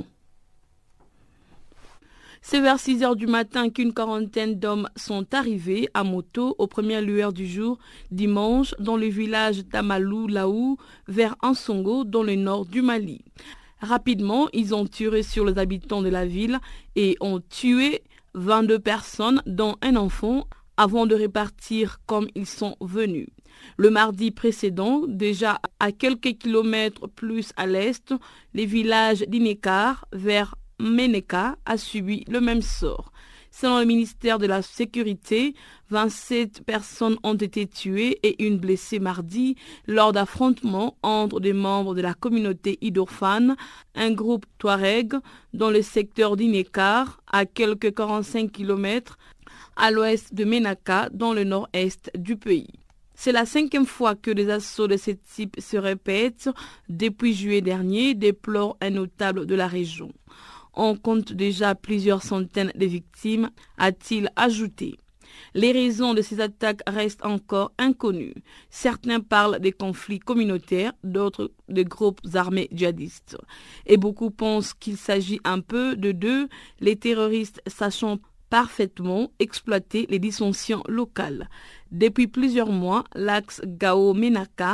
C'est vers 6 heures du matin qu'une quarantaine d'hommes sont arrivés à moto aux premières lueurs du jour dimanche dans le village d'Amalou-Laou vers Ansongo dans le nord du Mali. Rapidement, ils ont tiré sur les habitants de la ville et ont tué 22 personnes dont un enfant avant de repartir comme ils sont venus. Le mardi précédent, déjà à quelques kilomètres plus à l'est, le village d'Inekar vers Meneka a subi le même sort. Selon le ministère de la Sécurité, 27 personnes ont été tuées et une blessée mardi lors d'affrontements entre des membres de la communauté Idorfane, un groupe Touareg, dans le secteur d'Inekar, à quelques 45 km à l'ouest de Menaka, dans le nord-est du pays. C'est la 5e fois que des assauts de ce type se répètent depuis juillet dernier, déplore un notable de la région. On compte déjà plusieurs centaines de victimes, a-t-il ajouté. Les raisons de ces attaques restent encore inconnues. Certains parlent des conflits communautaires, d'autres de groupes armés djihadistes. Et beaucoup pensent qu'il s'agit un peu de deux, les terroristes sachant parfaitement exploiter les dissensions locales. Depuis plusieurs mois, l'axe Gao-Menaka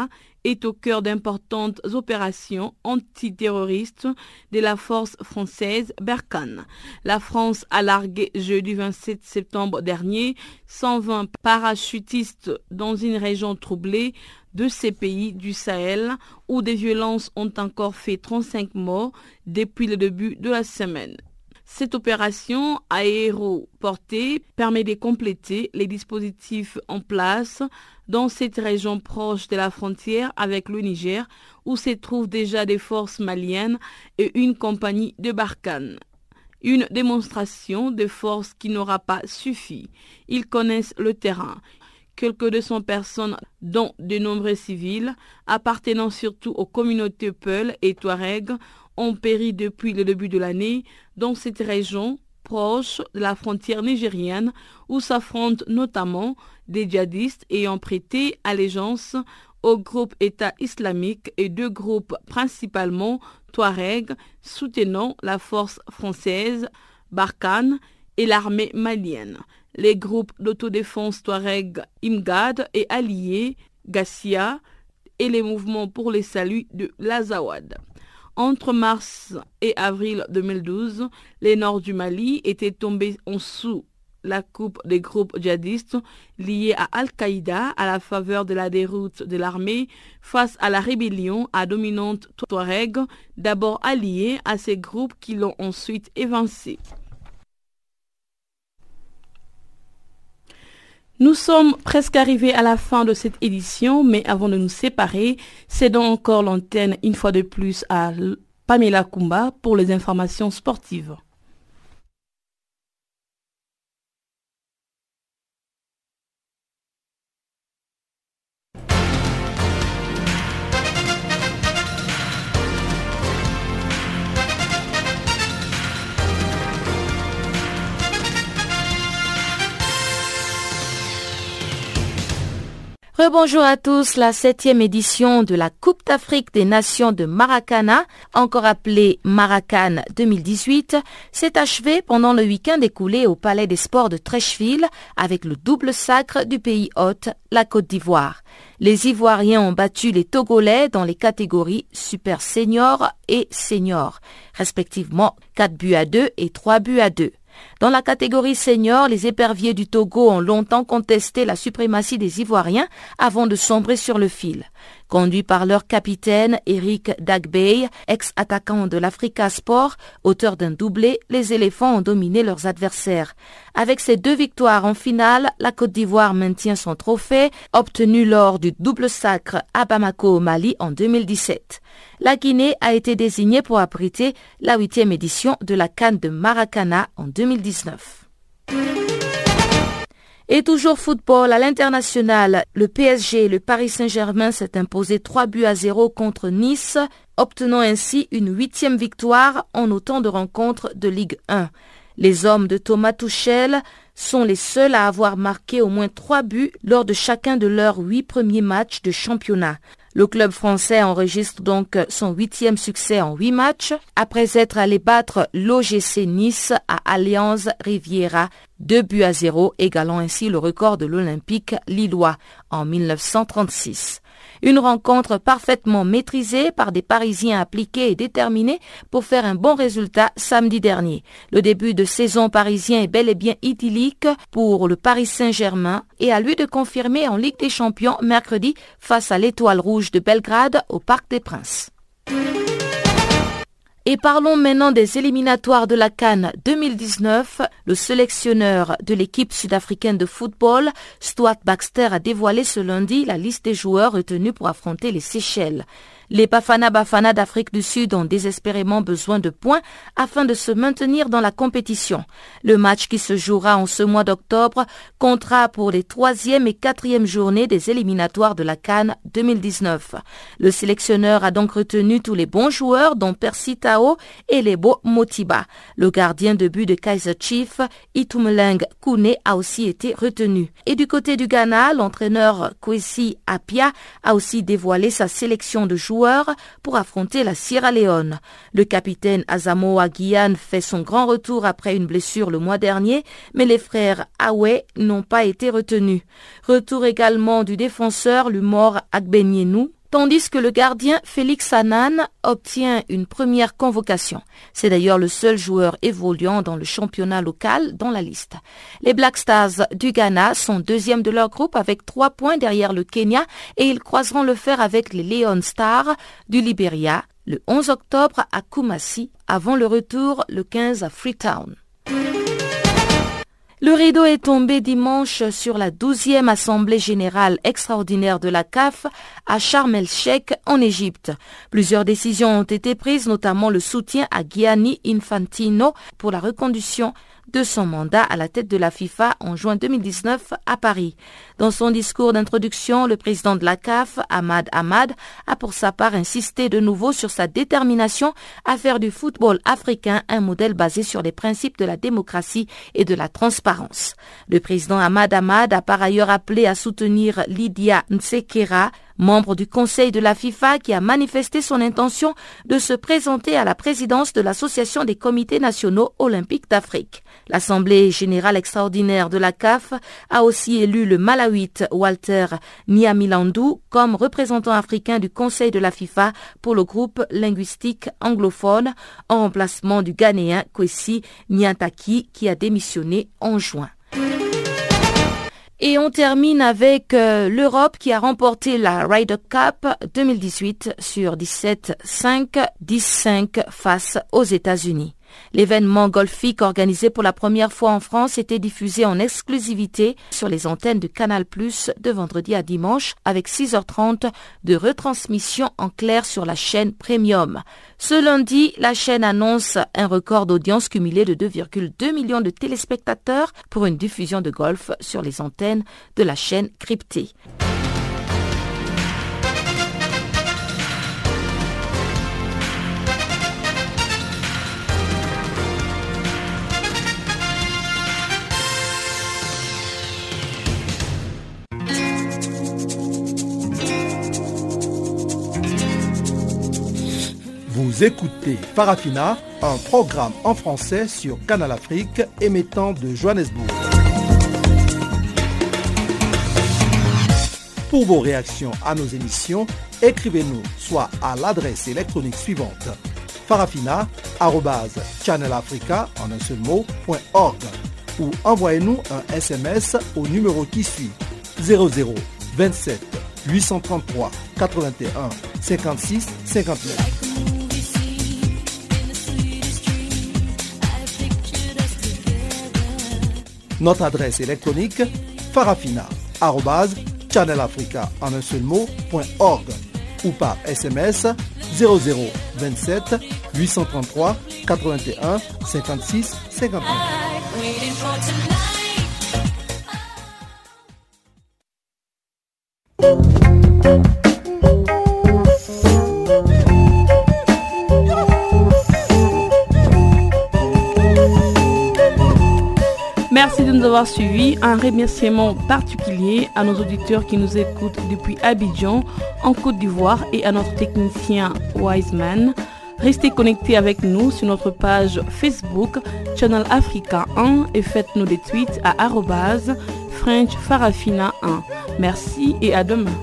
est au cœur d'importantes opérations antiterroristes de la force française Barkhane. La France a largué jeudi 27 septembre dernier 120 parachutistes dans une région troublée de ces pays du Sahel où des violences ont encore fait 35 morts depuis le début de la semaine. Cette opération aéroportée permet de compléter les dispositifs en place dans cette région proche de la frontière avec le Niger où se trouvent déjà des forces maliennes et une compagnie de Barkhane. Une démonstration de force qui n'aura pas suffi. Ils connaissent le terrain. Quelques 200 personnes, dont de nombreux civils, appartenant surtout aux communautés Peul et Touareg, ont péri depuis le début de l'année dans cette région proche de la frontière nigérienne où s'affrontent notamment des djihadistes ayant prêté allégeance au groupe État islamique et deux groupes principalement Touareg soutenant la force française Barkhane et l'armée malienne. Les groupes d'autodéfense Touareg Imgad et alliés Gassia et les mouvements pour les saluts de l'Azawad. Entre mars et avril 2012, les nord du Mali étaient tombés en sous la coupe des groupes djihadistes liés à Al-Qaïda à la faveur de la déroute de l'armée face à la rébellion à dominante Touareg, d'abord alliée à ces groupes qui l'ont ensuite évincé. Nous sommes presque arrivés à la fin de cette édition, mais avant de nous séparer, cédons encore l'antenne une fois de plus à Pamela Kumba pour les informations sportives. Rebonjour à tous, la 7e édition de la Coupe d'Afrique des Nations de Maracana, encore appelée Maracane 2018, s'est achevée pendant le week-end écoulé au Palais des Sports de Treichville avec le double sacre du pays hôte, la Côte d'Ivoire. Les Ivoiriens ont battu les Togolais dans les catégories Super Senior et Senior, respectivement 4-2 et 3-2. Dans la catégorie senior, les éperviers du Togo ont longtemps contesté la suprématie des Ivoiriens avant de sombrer sur le fil. Conduits par leur capitaine Eric Dagbey, ex-attaquant de l'Africa Sport, auteur d'un doublé, les éléphants ont dominé leurs adversaires. Avec ces 2 victoires en finale, la Côte d'Ivoire maintient son trophée, obtenu lors du double sacre à Bamako au Mali en 2017. La Guinée a été désignée pour abriter la 8e édition de la CAN de Maracana en 2019. Et toujours football à l'international, le PSG et le Paris Saint-Germain s'est imposé 3-0 contre Nice, obtenant ainsi une 8e victoire en autant de rencontres de Ligue 1. Les hommes de Thomas Tuchel sont les seuls à avoir marqué au moins 3 buts lors de chacun de leurs 8 premiers matchs de championnat. Le club français enregistre donc son 8e succès en 8 matchs, après être allé battre l'OGC Nice à Allianz Riviera 2-0, égalant ainsi le record de l'Olympique lillois en 1936. Une rencontre parfaitement maîtrisée par des Parisiens appliqués et déterminés pour faire un bon résultat samedi dernier. Le début de saison parisien est bel et bien idyllique pour le Paris Saint-Germain et à lui de confirmer en Ligue des Champions mercredi face à l'Étoile Rouge de Belgrade au Parc des Princes. Et parlons maintenant des éliminatoires de la CAN 2019. Le sélectionneur de l'équipe sud-africaine de football, Stuart Baxter, a dévoilé ce lundi la liste des joueurs retenus pour affronter les Seychelles. Les Bafana Bafana d'Afrique du Sud ont désespérément besoin de points afin de se maintenir dans la compétition. Le match qui se jouera en ce mois d'octobre comptera pour les 3e et 4e journées des éliminatoires de la CAN 2019. Le sélectionneur a donc retenu tous les bons joueurs dont Percy Tao et Lebo Motiba. Le gardien de but de Kaizer Chiefs, Itumeleng Kune, a aussi été retenu. Et du côté du Ghana, l'entraîneur Kwesi Appiah a aussi dévoilé sa sélection de joueurs pour affronter la Sierra Leone. Le capitaine Asamoah Gyan fait son grand retour après une blessure le mois dernier, mais les frères Awe n'ont pas été retenus. Retour également du défenseur Lumor Agbenienou, tandis que le gardien Félix Annan obtient une première convocation. C'est d'ailleurs le seul joueur évoluant dans le championnat local dans la liste. Les Black Stars du Ghana sont deuxièmes de leur groupe avec 3 points derrière le Kenya et ils croiseront le fer avec les Leon Stars du Libéria le 11 octobre à Kumasi avant le retour le 15 à Freetown. Le rideau est tombé dimanche sur la 12e Assemblée générale extraordinaire de la CAF à Sharm el-Sheikh en Égypte. Plusieurs décisions ont été prises, notamment le soutien à Gianni Infantino pour la reconduction de son mandat à la tête de la FIFA en juin 2019 à Paris. Dans son discours d'introduction, le président de la CAF, Ahmad Ahmad, a pour sa part insisté de nouveau sur sa détermination à faire du football africain un modèle basé sur les principes de la démocratie et de la transparence. Le président Ahmad Ahmad a par ailleurs appelé à soutenir Lydia Nsekera, membre du conseil de la FIFA qui a manifesté son intention de se présenter à la présidence de l'Association des comités nationaux olympiques d'Afrique. L'Assemblée générale extraordinaire de la CAF a aussi élu le Malawite Walter Nyamilandu comme représentant africain du conseil de la FIFA pour le groupe linguistique anglophone en remplacement du Ghanéen Kwesi Nyantaki qui a démissionné en juin. Et on termine avec l'Europe qui a remporté la Ryder Cup 2018 sur 17-5, 10-5 face aux États-Unis. L'événement golfique organisé pour la première fois en France était diffusé en exclusivité sur les antennes de Canal+ de vendredi à dimanche avec 6h30 de retransmission en clair sur la chaîne Premium. Ce lundi, la chaîne annonce un record d'audience cumulé de 2,2 millions de téléspectateurs pour une diffusion de golf sur les antennes de la chaîne cryptée. Vous écoutez Farafina, un programme en français sur Canal Afrique émettant de Johannesburg. Pour vos réactions à nos émissions, écrivez-nous soit à l'adresse électronique suivante farafina@channelafrica .org ou envoyez-nous un SMS au numéro qui suit 00 27 833 81 56 59. Notre adresse électronique farafina@channelafrica .org ou par SMS 00 27 833 81 56 59. Merci de nous avoir suivis. Un remerciement particulier à nos auditeurs qui nous écoutent depuis Abidjan, en Côte d'Ivoire, et à notre technicien Wiseman. Restez connectés avec nous sur notre page Facebook Channel Africa 1 et faites-nous des tweets à @FrenchFarafina1. Merci et à demain.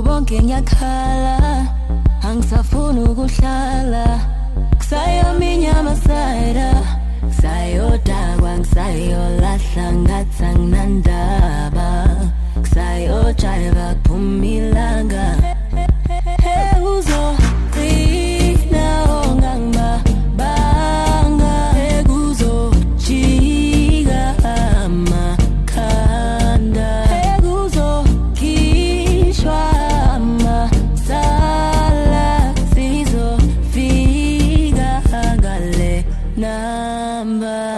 bonke ngiyakhala angisafuna ukuhlala kusayaminya amasayida kusayodakwa ngisayolahla ngathi anginandaba kusayojayva kuphuma ilanga uzofina ongangibabanga ekuzojika amakhanda ekuzokhishwa amasala sizofika ngale namba.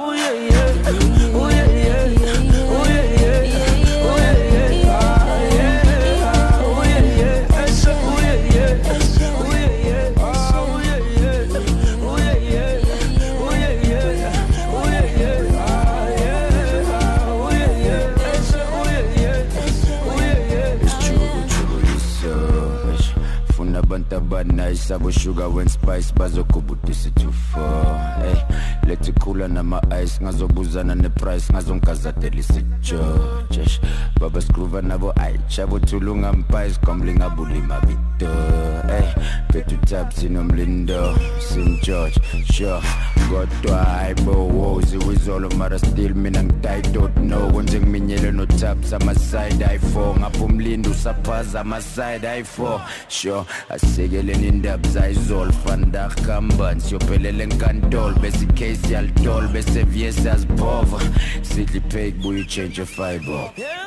Nice, I was sugar when spice bazokubutisa too far. Hey, let it cool on my ice, ngazobuzana ne price, ngazonkazatela isijo. Jesh, baba scruva nabo ay, chabo tulunga mpies, comlinga bulima bito. Hey, petu taps inomlindo, St. George, sure. Got to aibo, wozi wizolo mara still minang tight, don't know. Wonjeng minyele no taps, I'm a side I4. Ngapumlindu sapaza, I'm a side I4. Sure, I segele nindabs ayizol vandag kamban siyophelele enkantolo bese case yalitol bese vyesi azibhova sidli pay buy change your fiber.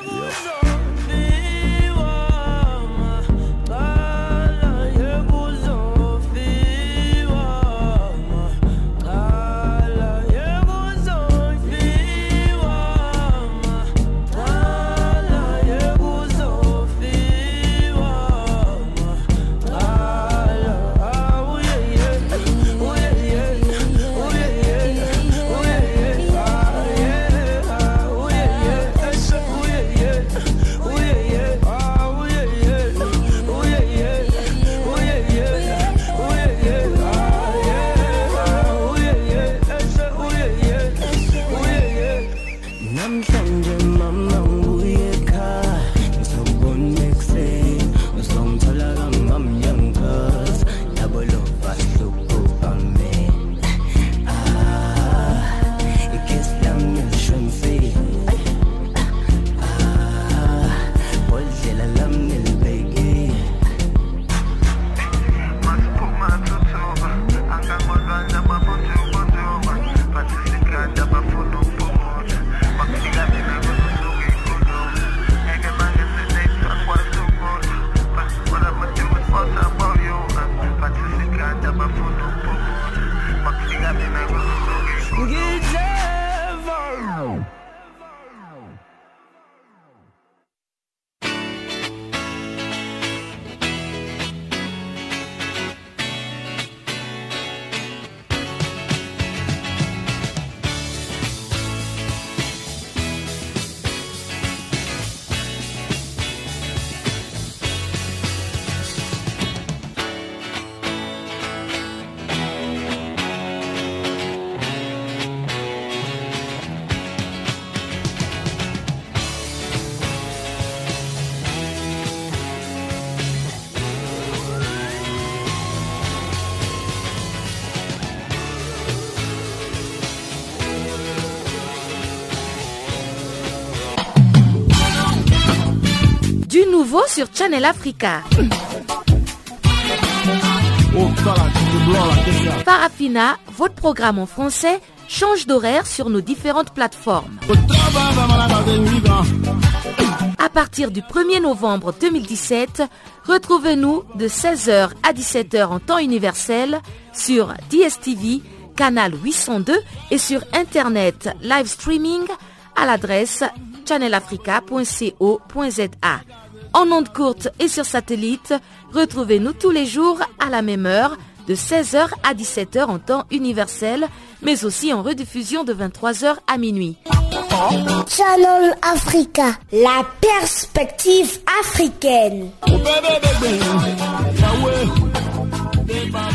Nouveau sur Channel Africa. Farafina, votre programme en français, change d'horaire sur nos différentes plateformes. À partir du 1er novembre 2017, retrouvez-nous de 16h à 17h en temps universel sur DSTV, canal 802 et sur Internet live streaming à l'adresse channelafrica.co.za. En ondes courtes et sur satellite, retrouvez-nous tous les jours à la même heure, de 16h à 17h en temps universel, mais aussi en rediffusion de 23h à minuit. Channel Africa, la perspective africaine.